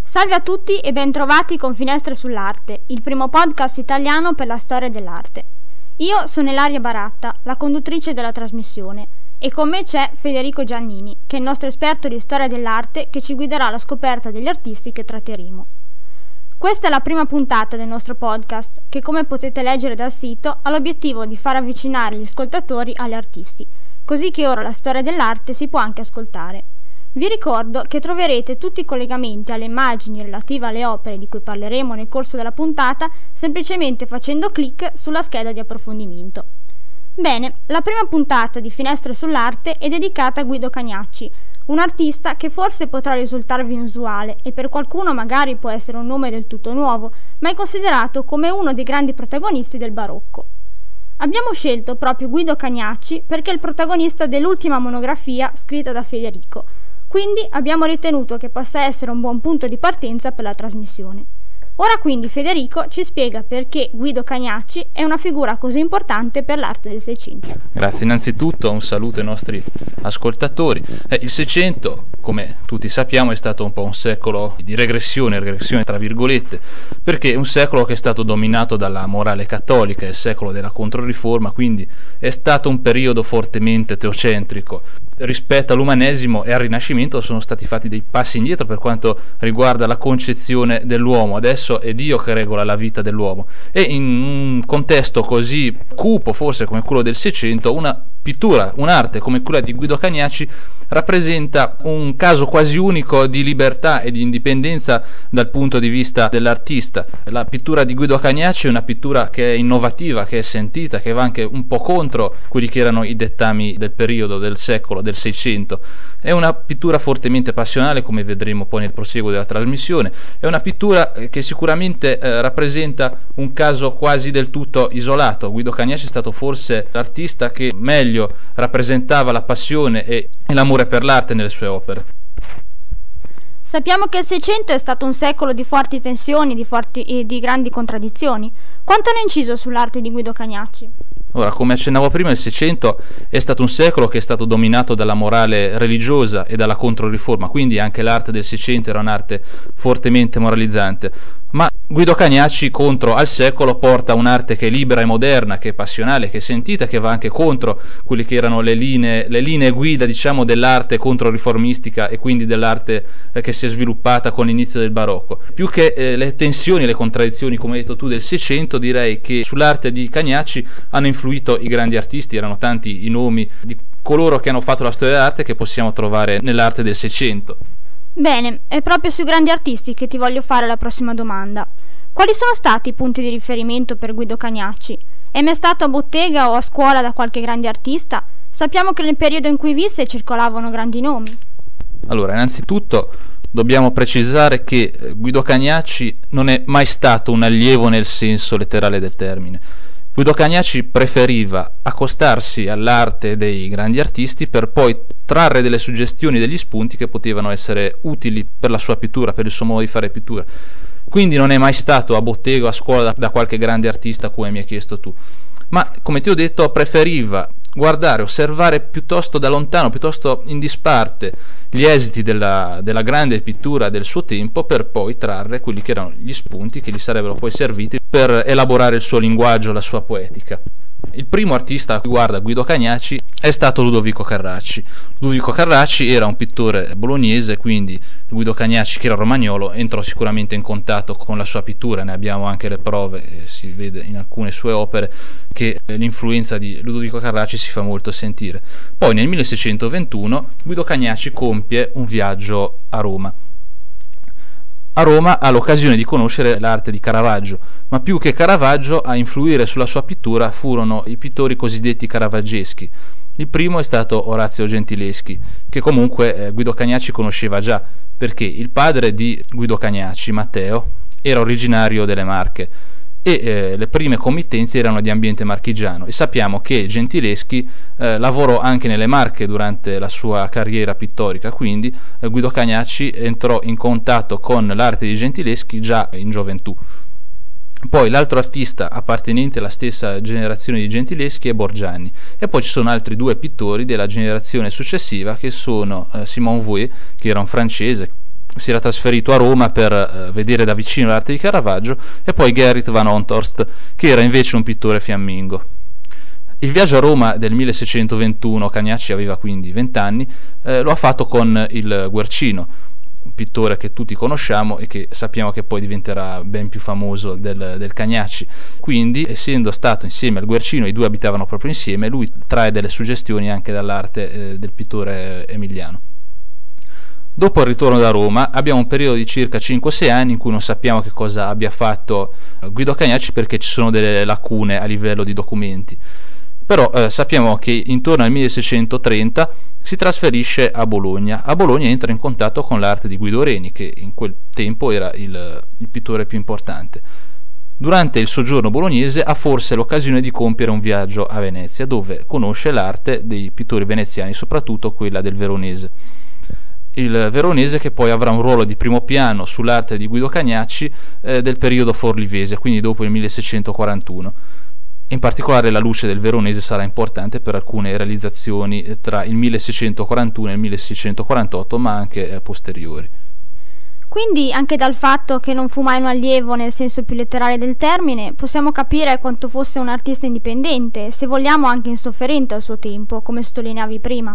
Salve a tutti e bentrovati con Finestre sull'Arte, il primo podcast italiano per la storia dell'arte. Io sono Ilaria Baratta, la conduttrice della trasmissione, e con me c'è Federico Giannini, che è il nostro esperto di storia dell'arte che ci guiderà alla scoperta degli artisti che tratteremo. Questa è la prima puntata del nostro podcast, che come potete leggere dal sito ha l'obiettivo di far avvicinare gli ascoltatori agli artisti, così che ora la storia dell'arte si può anche ascoltare. Vi ricordo che troverete tutti i collegamenti alle immagini relative alle opere di cui parleremo nel corso della puntata semplicemente facendo clic sulla scheda di approfondimento. Bene, la prima puntata di Finestre sull'Arte è dedicata a Guido Cagnacci, un artista che forse potrà risultarvi inusuale e per qualcuno magari può essere un nome del tutto nuovo, ma è considerato come uno dei grandi protagonisti del barocco. Abbiamo scelto proprio Guido Cagnacci perché è il protagonista dell'ultima monografia scritta da Federico, quindi abbiamo ritenuto che possa essere un buon punto di partenza per la trasmissione. Ora quindi Federico ci spiega perché Guido Cagnacci è una figura così importante per l'arte del Seicento. Grazie, innanzitutto un saluto ai nostri ascoltatori. Il Seicento, come tutti sappiamo, è stato un po' un secolo di regressione tra virgolette, perché è un secolo che è stato dominato dalla morale cattolica, è il secolo della Controriforma, quindi è stato un periodo fortemente teocentrico. Rispetto all'umanesimo e al Rinascimento sono stati fatti dei passi indietro per quanto riguarda la concezione dell'uomo. Adesso è Dio che regola la vita dell'uomo, e in un contesto così cupo forse come quello del Seicento, una pittura, un'arte come quella di Guido Cagnacci rappresenta un caso quasi unico di libertà e di indipendenza dal punto di vista dell'artista. La pittura di Guido Cagnacci è una pittura che è innovativa, che è sentita, che va anche un po' contro quelli che erano i dettami del periodo, del secolo, del Seicento. È una pittura fortemente passionale, come vedremo poi nel proseguo della trasmissione. È una pittura che sicuramente rappresenta un caso quasi del tutto isolato. Guido Cagnacci è stato forse l'artista che meglio rappresentava la passione e l'amore per l'arte nelle sue opere. Sappiamo che il Seicento è stato un secolo di forti tensioni e di grandi contraddizioni. Quanto hanno inciso sull'arte di Guido Cagnacci? Ora, come accennavo prima, il Seicento è stato un secolo che è stato dominato dalla morale religiosa e dalla Controriforma, quindi anche l'arte del Seicento era un'arte fortemente moralizzante. Ma Guido Cagnacci contro al secolo porta un'arte che è libera e moderna, che è passionale, che è sentita, che va anche contro quelle che erano le linee guida, diciamo, dell'arte controriformistica e quindi dell'arte che si è sviluppata con l'inizio del barocco. Più che le tensioni e le contraddizioni, come hai detto tu, del Seicento, direi che sull'arte di Cagnacci hanno influito i grandi artisti. Erano tanti i nomi di coloro che hanno fatto la storia dell'arte che possiamo trovare nell'arte del Seicento. Bene, è proprio sui grandi artisti che ti voglio fare la prossima domanda. Quali sono stati i punti di riferimento per Guido Cagnacci? È mai stato a bottega o a scuola da qualche grande artista? Sappiamo che nel periodo in cui visse circolavano grandi nomi. Allora, innanzitutto dobbiamo precisare che Guido Cagnacci non è mai stato un allievo nel senso letterale del termine. Guido Cagnacci preferiva accostarsi all'arte dei grandi artisti per poi trarre delle suggestioni, degli spunti che potevano essere utili per la sua pittura, per il suo modo di fare pittura. Quindi non è mai stato a bottega o a scuola da qualche grande artista, come mi hai chiesto tu, ma come ti ho detto preferiva guardare, osservare piuttosto da lontano, piuttosto in disparte gli esiti della grande pittura del suo tempo, per poi trarre quelli che erano gli spunti che gli sarebbero poi serviti per elaborare il suo linguaggio, la sua poetica. Il primo artista a cui guarda Guido Cagnacci è stato Ludovico Carracci. Ludovico Carracci era un pittore bolognese, quindi Guido Cagnacci, che era romagnolo, entrò sicuramente in contatto con la sua pittura. Ne abbiamo anche le prove, si vede in alcune sue opere che l'influenza di Ludovico Carracci si fa molto sentire. Poi nel 1621 Guido Cagnacci compie un viaggio a Roma. A Roma ha l'occasione di conoscere l'arte di Caravaggio, ma più che Caravaggio a influire sulla sua pittura furono i pittori cosiddetti caravaggeschi. Il primo è stato Orazio Gentileschi, che comunque Guido Cagnacci conosceva già, perché il padre di Guido Cagnacci, Matteo, era originario delle Marche e le prime committenze erano di ambiente marchigiano, e sappiamo che Gentileschi lavorò anche nelle Marche durante la sua carriera pittorica, quindi Guido Cagnacci entrò in contatto con l'arte di Gentileschi già in gioventù. Poi l'altro artista appartenente alla stessa generazione di Gentileschi è Borgianni, e poi ci sono altri due pittori della generazione successiva che sono Simon Vouet, che era un francese, si era trasferito a Roma per vedere da vicino l'arte di Caravaggio, e poi Gerrit van Honthorst, che era invece un pittore fiammingo. Il viaggio a Roma del 1621, Cagnacci aveva quindi 20 anni, lo ha fatto con il Guercino, un pittore che tutti conosciamo e che sappiamo che poi diventerà ben più famoso del Cagnacci. Quindi, essendo stato insieme al Guercino, i due abitavano proprio insieme, lui trae delle suggestioni anche dall'arte del pittore emiliano. Dopo il ritorno da Roma abbiamo un periodo di circa 5-6 anni in cui non sappiamo che cosa abbia fatto Guido Cagnacci, perché ci sono delle lacune a livello di documenti. Però sappiamo che intorno al 1630 si trasferisce a Bologna. A Bologna entra in contatto con l'arte di Guido Reni, che in quel tempo era il pittore più importante. Durante il soggiorno bolognese ha forse l'occasione di compiere un viaggio a Venezia, dove conosce l'arte dei pittori veneziani, soprattutto quella del Veronese. Il Veronese che poi avrà un ruolo di primo piano sull'arte di Guido Cagnacci del periodo forlivese, quindi dopo il 1641. In particolare la luce del Veronese sarà importante per alcune realizzazioni tra il 1641 e il 1648, ma anche posteriori. Quindi, anche dal fatto che non fu mai un allievo nel senso più letterale del termine, possiamo capire quanto fosse un artista indipendente, se vogliamo anche insofferente al suo tempo, come sottolineavi prima.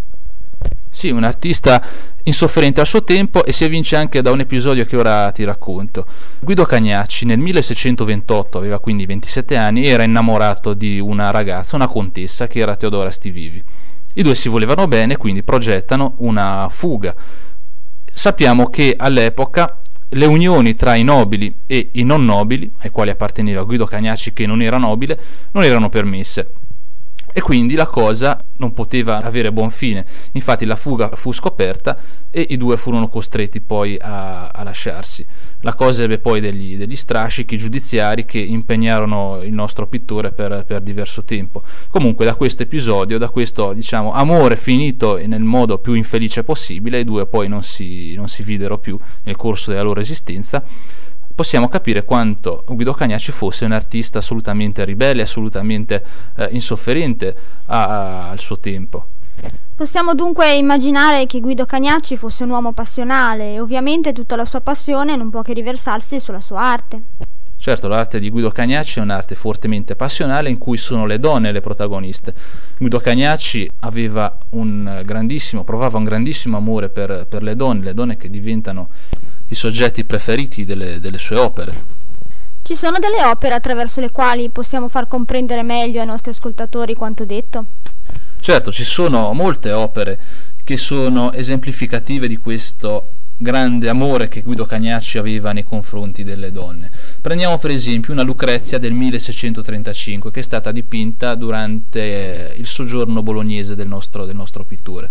Sì, un artista insofferente al suo tempo, e si evince anche da un episodio che ora ti racconto. Guido Cagnacci nel 1628, aveva quindi 27 anni, era innamorato di una ragazza, una contessa, che era Teodora Stivivi. I due si volevano bene, quindi progettano una fuga. Sappiamo che all'epoca le unioni tra i nobili e i non nobili, ai quali apparteneva Guido Cagnacci che non era nobile, non erano permesse. E quindi la cosa non poteva avere buon fine. Infatti la fuga fu scoperta e i due furono costretti poi a lasciarsi. La cosa ebbe poi degli strascichi giudiziari che impegnarono il nostro pittore per diverso tempo. Comunque, da questo episodio, da questo amore finito nel modo più infelice possibile, i due poi non si videro più nel corso della loro esistenza. Possiamo capire quanto Guido Cagnacci fosse un artista assolutamente ribelle, assolutamente insofferente al suo tempo. Possiamo dunque immaginare che Guido Cagnacci fosse un uomo passionale, e ovviamente tutta la sua passione non può che riversarsi sulla sua arte. Certo, l'arte di Guido Cagnacci è un'arte fortemente passionale in cui sono le donne le protagoniste. Guido Cagnacci provava un grandissimo amore per le donne che diventano i soggetti preferiti delle sue opere. Ci sono delle opere attraverso le quali possiamo far comprendere meglio ai nostri ascoltatori quanto detto? Certo, ci sono molte opere che sono esemplificative di questo grande amore che Guido Cagnacci aveva nei confronti delle donne. Prendiamo per esempio una Lucrezia del 1635 che è stata dipinta durante il soggiorno bolognese del nostro pittore.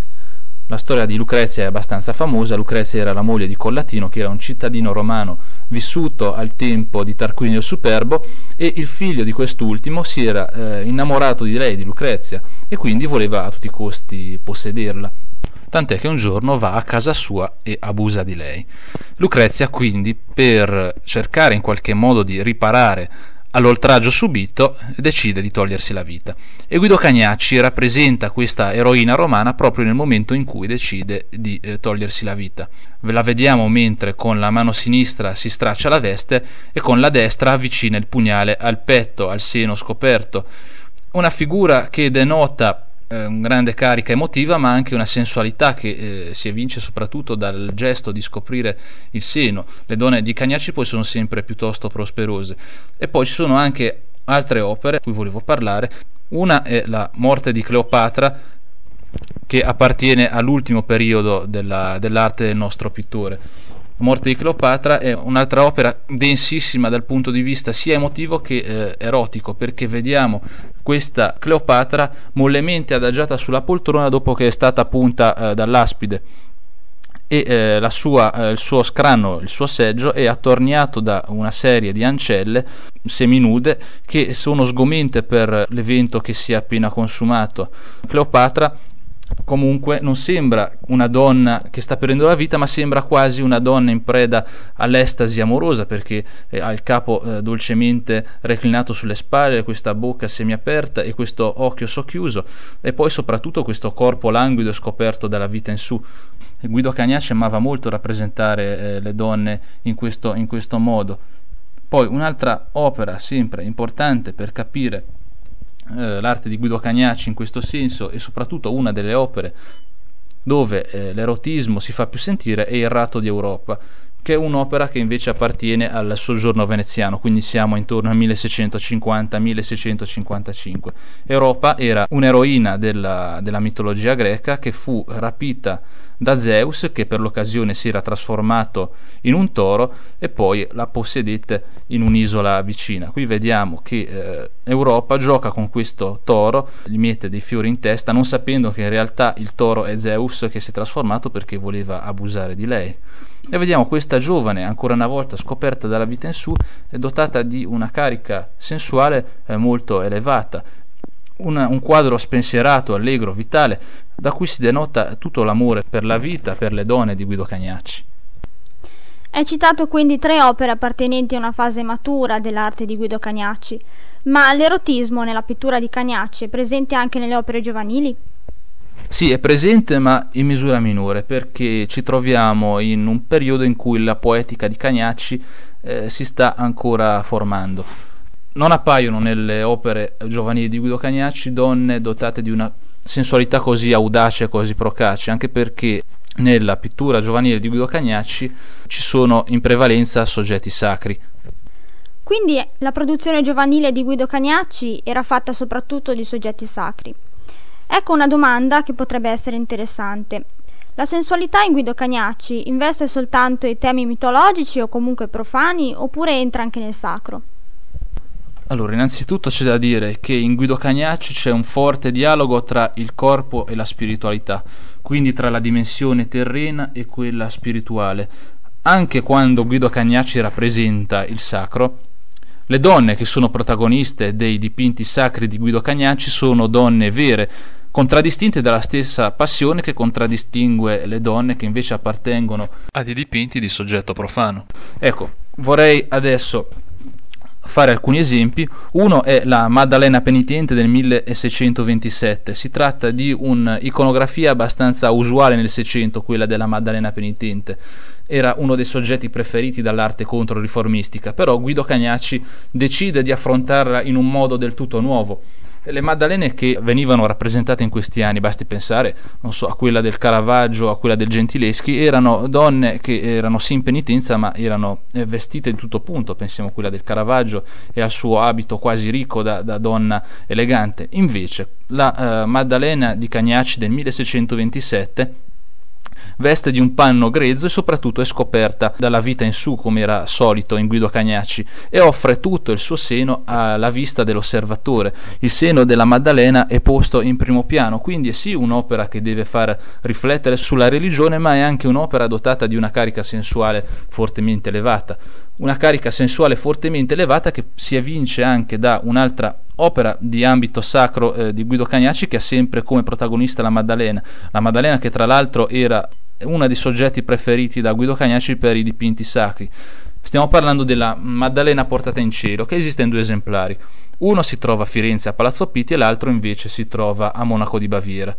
La storia di Lucrezia è abbastanza famosa. Lucrezia era la moglie di Collatino, che era un cittadino romano vissuto al tempo di Tarquinio il Superbo, e il figlio di quest'ultimo si era innamorato di lei, di Lucrezia, e quindi voleva a tutti i costi possederla. Tant'è che un giorno va a casa sua e abusa di lei. Lucrezia quindi, per cercare in qualche modo di riparare all'oltraggio subito, decide di togliersi la vita, e Guido Cagnacci rappresenta questa eroina romana proprio nel momento in cui decide di togliersi la vita. Ve la vediamo mentre con la mano sinistra si straccia la veste e con la destra avvicina il pugnale al petto, al seno scoperto. Una figura che denota una grande carica emotiva, ma anche una sensualità che si evince soprattutto dal gesto di scoprire il seno. Le donne di Cagnacci poi sono sempre piuttosto prosperose. E poi ci sono anche altre opere di cui volevo parlare. Una è la Morte di Cleopatra, che appartiene all'ultimo periodo dell'arte del nostro pittore. La Morte di Cleopatra è un'altra opera densissima dal punto di vista sia emotivo che erotico, perché vediamo questa Cleopatra mollemente adagiata sulla poltrona dopo che è stata punta dall'aspide, e il suo scranno, il suo seggio è attorniato da una serie di ancelle seminude che sono sgomente per l'evento che si è appena consumato. Cleopatra comunque non sembra una donna che sta perdendo la vita, ma sembra quasi una donna in preda all'estasi amorosa, perché ha il capo dolcemente reclinato sulle spalle, questa bocca semiaperta e questo occhio socchiuso, e poi soprattutto questo corpo languido e scoperto dalla vita in su. Guido Cagnacci amava molto rappresentare le donne in questo modo. Poi un'altra opera sempre importante per capire l'arte di Guido Cagnacci in questo senso, e soprattutto una delle opere dove l'erotismo si fa più sentire, è Il ratto di Europa, che è un'opera che invece appartiene al soggiorno veneziano, quindi siamo intorno al 1650-1655. Europa era un'eroina della mitologia greca che fu rapita da Zeus, che per l'occasione si era trasformato in un toro e poi la possedette in un'isola vicina. Qui vediamo che Europa gioca con questo toro, gli mette dei fiori in testa, non sapendo che in realtà il toro è Zeus che si è trasformato perché voleva abusare di lei. E vediamo questa giovane, ancora una volta scoperta dalla vita in su, dotata di una carica sensuale molto elevata. Un quadro spensierato, allegro, vitale, da cui si denota tutto l'amore per la vita, per le donne di Guido Cagnacci. Hai citato quindi 3 opere appartenenti a una fase matura dell'arte di Guido Cagnacci, ma l'erotismo nella pittura di Cagnacci è presente anche nelle opere giovanili? Sì, è presente, ma in misura minore, perché ci troviamo in un periodo in cui la poetica di Cagnacci si sta ancora formando. Non appaiono nelle opere giovanili di Guido Cagnacci donne dotate di una sensualità così audace e così procace, anche perché nella pittura giovanile di Guido Cagnacci ci sono in prevalenza soggetti sacri. Quindi la produzione giovanile di Guido Cagnacci era fatta soprattutto di soggetti sacri. Ecco una domanda che potrebbe essere interessante. La sensualità in Guido Cagnacci investe soltanto i temi mitologici o comunque profani, oppure entra anche nel sacro? Allora, innanzitutto c'è da dire che in Guido Cagnacci c'è un forte dialogo tra il corpo e la spiritualità, quindi tra la dimensione terrena e quella spirituale. Anche quando Guido Cagnacci rappresenta il sacro, le donne che sono protagoniste dei dipinti sacri di Guido Cagnacci sono donne vere, contraddistinte dalla stessa passione che contraddistingue le donne che invece appartengono a dei dipinti di soggetto profano. Ecco, vorrei adesso fare alcuni esempi. Uno è la Maddalena penitente del 1627. Si tratta di un'iconografia abbastanza usuale nel Seicento, quella della Maddalena penitente. Era uno dei soggetti preferiti dall'arte controriformistica, però Guido Cagnacci decide di affrontarla in un modo del tutto nuovo. Le Maddalene che venivano rappresentate in questi anni, basti pensare, non so, a quella del Caravaggio, a quella del Gentileschi, erano donne che erano sì in penitenza, ma erano vestite di tutto punto. Pensiamo a quella del Caravaggio e al suo abito quasi ricco da donna elegante. Invece la Maddalena di Cagnacci del 1627 veste di un panno grezzo e soprattutto è scoperta dalla vita in su, come era solito in Guido Cagnacci, e offre tutto il suo seno alla vista dell'osservatore. Il seno della Maddalena è posto in primo piano, quindi è sì un'opera che deve far riflettere sulla religione, ma è anche un'opera dotata di una carica sensuale fortemente elevata. Una carica sensuale fortemente elevata che si evince anche da un'altra opera di ambito sacro di Guido Cagnacci, che ha sempre come protagonista la Maddalena che tra l'altro era uno dei soggetti preferiti da Guido Cagnacci per i dipinti sacri. Stiamo parlando della Maddalena portata in cielo, che esiste in 2 esemplari. Uno si trova a Firenze a Palazzo Pitti e l'altro invece si trova a Monaco di Baviera.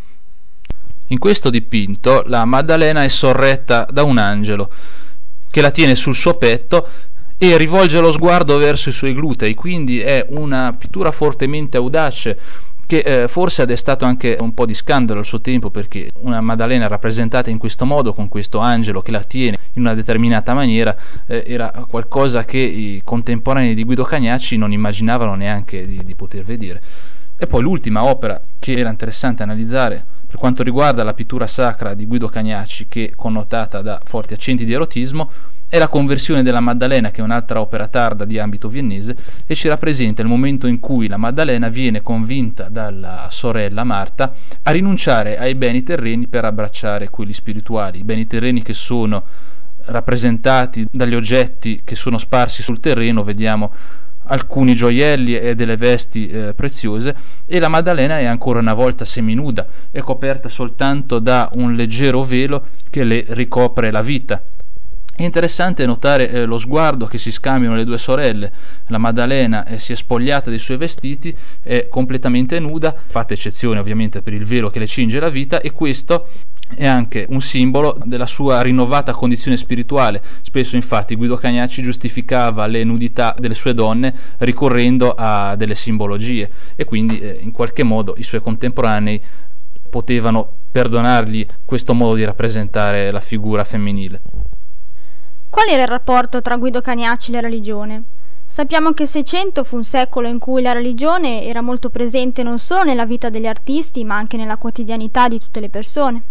In questo dipinto la Maddalena è sorretta da un angelo che la tiene sul suo petto e rivolge lo sguardo verso i suoi glutei, quindi è una pittura fortemente audace che forse ha destato anche un po' di scandalo al suo tempo, perché una Maddalena rappresentata in questo modo, con questo angelo che la tiene in una determinata maniera, era qualcosa che i contemporanei di Guido Cagnacci non immaginavano neanche di poter vedere. E poi l'ultima opera che era interessante analizzare per quanto riguarda la pittura sacra di Guido Cagnacci, che è connotata da forti accenti di erotismo, è la Conversione della Maddalena, che è un'altra opera tarda di ambito viennese e ci rappresenta il momento in cui la Maddalena viene convinta dalla sorella Marta a rinunciare ai beni terreni per abbracciare quelli spirituali. I beni terreni che sono rappresentati dagli oggetti che sono sparsi sul terreno, vediamo alcuni gioielli e delle vesti preziose, e la Maddalena è ancora una volta seminuda, è coperta soltanto da un leggero velo che le ricopre la vita. È interessante notare lo sguardo che si scambiano le due sorelle. La Maddalena si è spogliata dei suoi vestiti, è completamente nuda, fatta eccezione ovviamente per il velo che le cinge la vita, e questo è anche un simbolo della sua rinnovata condizione spirituale. Spesso infatti Guido Cagnacci giustificava le nudità delle sue donne ricorrendo a delle simbologie, e quindi in qualche modo i suoi contemporanei potevano perdonargli questo modo di rappresentare la figura femminile. Qual era il rapporto tra Guido Cagnacci e la religione? Sappiamo che il Seicento fu un secolo in cui la religione era molto presente non solo nella vita degli artisti, ma anche nella quotidianità di tutte le persone.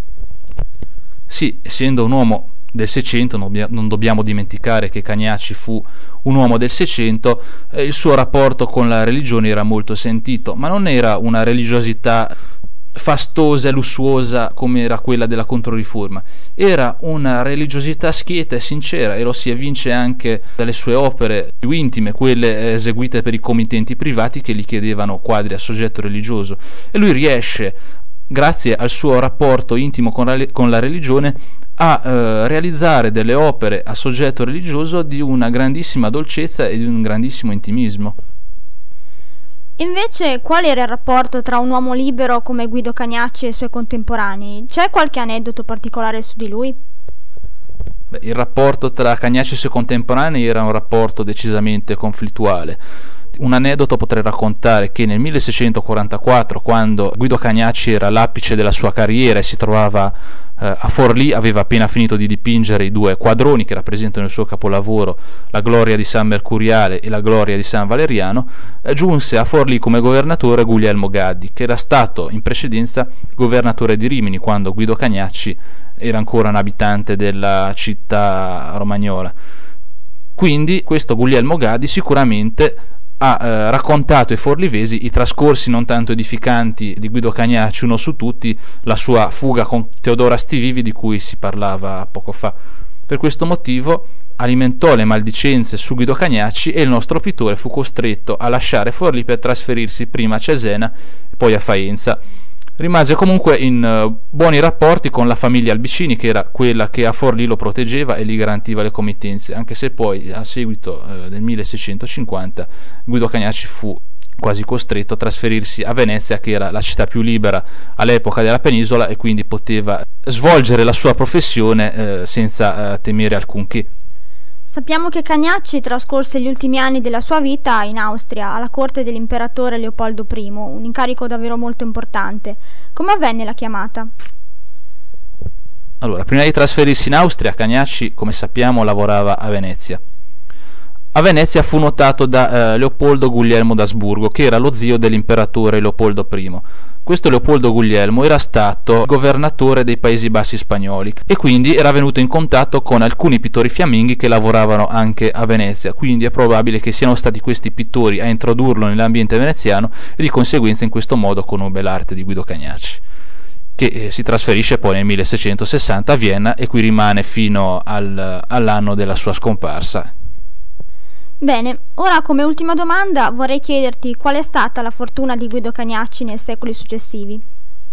Sì, essendo un uomo del Seicento, non dobbiamo dimenticare che Cagnacci fu un uomo del Seicento, il suo rapporto con la religione era molto sentito, ma non era una religiosità fastosa e lussuosa come era quella della Controriforma. Era una religiosità schietta e sincera, e lo si evince anche dalle sue opere più intime, quelle eseguite per i committenti privati che gli chiedevano quadri a soggetto religioso, e lui riesce, grazie al suo rapporto intimo con la religione, a realizzare delle opere a soggetto religioso di una grandissima dolcezza e di un grandissimo intimismo. Invece, qual era il rapporto tra un uomo libero come Guido Cagnacci e i suoi contemporanei? C'è qualche aneddoto particolare su di lui? Il rapporto tra Cagnacci e i suoi contemporanei era un rapporto decisamente conflittuale. Un aneddoto potrei raccontare che nel 1644, quando Guido Cagnacci era all'apice della sua carriera e si trovava a Forlì, aveva appena finito di dipingere i due quadroni che rappresentano il suo capolavoro, la Gloria di San Mercuriale e la Gloria di San Valeriano, giunse a Forlì come governatore Guglielmo Gaddi, che era stato in precedenza governatore di Rimini quando Guido Cagnacci era ancora un abitante della città romagnola. Quindi questo Guglielmo Gaddi sicuramente ha raccontato ai forlivesi i trascorsi non tanto edificanti di Guido Cagnacci, uno su tutti la sua fuga con Teodora Stivivi di cui si parlava poco fa. Per questo motivo alimentò le maldicenze su Guido Cagnacci, e il nostro pittore fu costretto a lasciare Forlì per trasferirsi prima a Cesena e poi a Faenza. Rimase comunque in buoni rapporti con la famiglia Albicini, che era quella che a Forlì lo proteggeva e gli garantiva le committenze, anche se poi a seguito del 1650 Guido Cagnacci fu quasi costretto a trasferirsi a Venezia, che era la città più libera all'epoca della penisola, e quindi poteva svolgere la sua professione senza temere alcunché. Sappiamo che Cagnacci trascorse gli ultimi anni della sua vita in Austria, alla corte dell'imperatore Leopoldo I, un incarico davvero molto importante. Come avvenne la chiamata? Allora, prima di trasferirsi in Austria, Cagnacci, come sappiamo, lavorava a Venezia. A Venezia fu notato da Leopoldo Guglielmo d'Asburgo, che era lo zio dell'imperatore Leopoldo I. Questo Leopoldo Guglielmo era stato governatore dei Paesi Bassi spagnoli e quindi era venuto in contatto con alcuni pittori fiamminghi che lavoravano anche a Venezia, quindi è probabile che siano stati questi pittori a introdurlo nell'ambiente veneziano, e di conseguenza in questo modo conobbe l'arte di Guido Cagnacci, che si trasferisce poi nel 1660 a Vienna e qui rimane fino all'anno della sua scomparsa. Bene, ora come ultima domanda vorrei chiederti qual è stata la fortuna di Guido Cagnacci nei secoli successivi.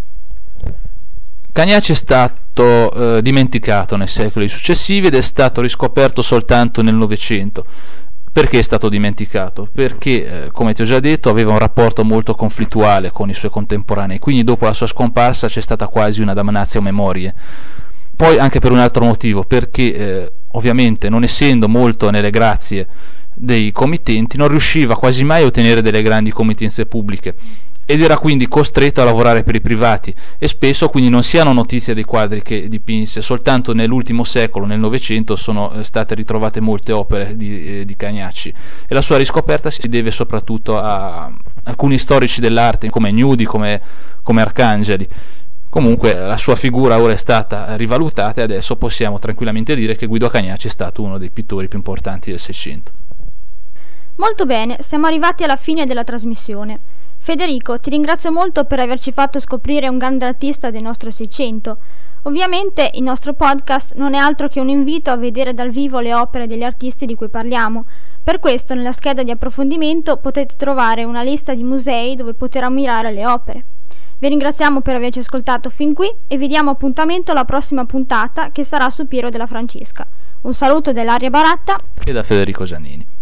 Cagnacci è stato dimenticato nei secoli successivi ed è stato riscoperto soltanto nel Novecento. Perché è stato dimenticato? Perché, come ti ho già detto, aveva un rapporto molto conflittuale con i suoi contemporanei, quindi dopo la sua scomparsa c'è stata quasi una damnatio memoriae. Poi anche per un altro motivo, perché ovviamente non essendo molto nelle grazie dei committenti non riusciva quasi mai a ottenere delle grandi committenze pubbliche ed era quindi costretto a lavorare per i privati, e spesso quindi non si hanno notizie dei quadri che dipinse. Soltanto nell'ultimo secolo, nel Novecento, sono state ritrovate molte opere di Cagnacci, e la sua riscoperta si deve soprattutto a alcuni storici dell'arte come Gnudi, come Arcangeli. Comunque la sua figura ora è stata rivalutata e adesso possiamo tranquillamente dire che Guido Cagnacci è stato uno dei pittori più importanti del Seicento. Molto bene, siamo arrivati alla fine della trasmissione. Federico, ti ringrazio molto per averci fatto scoprire un grande artista del nostro Seicento. Ovviamente il nostro podcast non è altro che un invito a vedere dal vivo le opere degli artisti di cui parliamo, Per questo nella scheda di approfondimento potete trovare una lista di musei dove poter ammirare le opere. Vi ringraziamo per averci ascoltato fin qui e vi diamo appuntamento alla prossima puntata che sarà su Piero della Francesca. Un saluto dall'Aria Baratta e da Federico Giannini.